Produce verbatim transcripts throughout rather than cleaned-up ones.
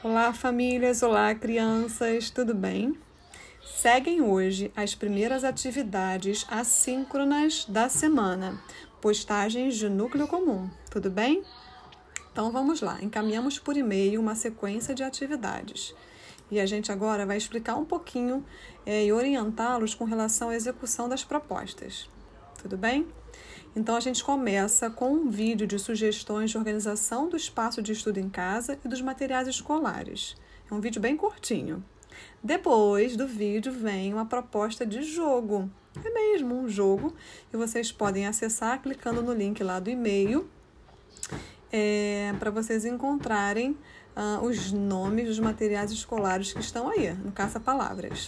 Olá, famílias! Olá, crianças! Tudo bem? Seguem hoje as primeiras atividades assíncronas da semana, postagens de núcleo comum, tudo bem? Então vamos lá, encaminhamos por e-mail uma sequência de atividades. E a gente agora vai explicar um pouquinho é, e orientá-los com relação à execução das propostas, tudo bem? Então, a gente começa com um vídeo de sugestões de organização do espaço de estudo em casa e dos materiais escolares. É um vídeo bem curtinho. Depois do vídeo vem uma proposta de jogo. É mesmo um jogo que vocês podem acessar clicando no link lá do e-mail é, para vocês encontrarem uh, os nomes dos materiais escolares que estão aí, no caça-palavras.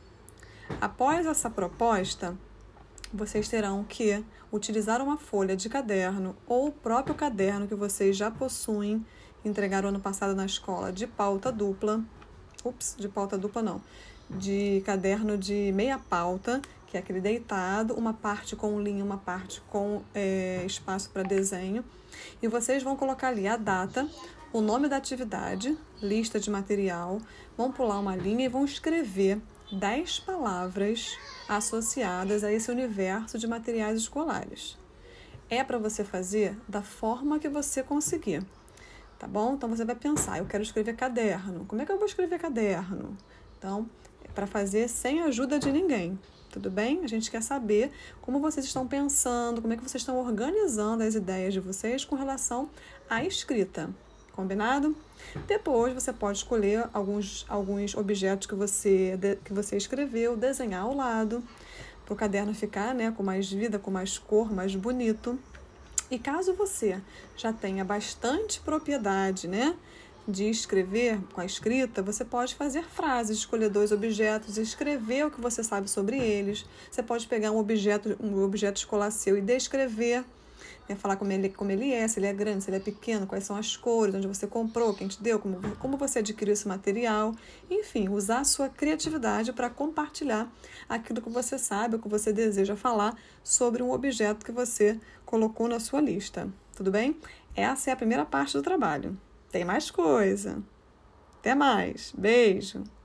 Após essa proposta, vocês terão que utilizar uma folha de caderno ou o próprio caderno que vocês já possuem, entregaram ano passado na escola, de pauta dupla. Ups, de pauta dupla não. De caderno de meia pauta, que é aquele deitado, uma parte com linha, uma parte com é, espaço para desenho. E vocês vão colocar ali a data, o nome da atividade, lista de material, vão pular uma linha e vão escrever dez palavras associadas a esse universo de materiais escolares. É para você fazer da forma que você conseguir, tá bom? Então, você vai pensar, eu quero escrever caderno. Como é que eu vou escrever caderno? Então, é para fazer sem a ajuda de ninguém, tudo bem? A gente quer saber como vocês estão pensando, como é que vocês estão organizando as ideias de vocês com relação à escrita. Combinado? Depois você pode escolher alguns, alguns objetos que você, que você escreveu, desenhar ao lado, para o caderno ficar, né, com mais vida, com mais cor, mais bonito. E caso você já tenha bastante propriedade, né, de escrever com a escrita, você pode fazer frases, escolher dois objetos e escrever o que você sabe sobre eles. Você pode pegar um objeto, um objeto escolar seu e descrever, né, falar como ele, como ele é, se ele é grande, se ele é pequeno, quais são as cores, onde você comprou, quem te deu, como, como você adquiriu esse material. Enfim, usar a sua criatividade para compartilhar aquilo que você sabe, o que você deseja falar sobre um objeto que você colocou na sua lista. Tudo bem? Essa é a primeira parte do trabalho. Tem mais coisa. Até mais. Beijo.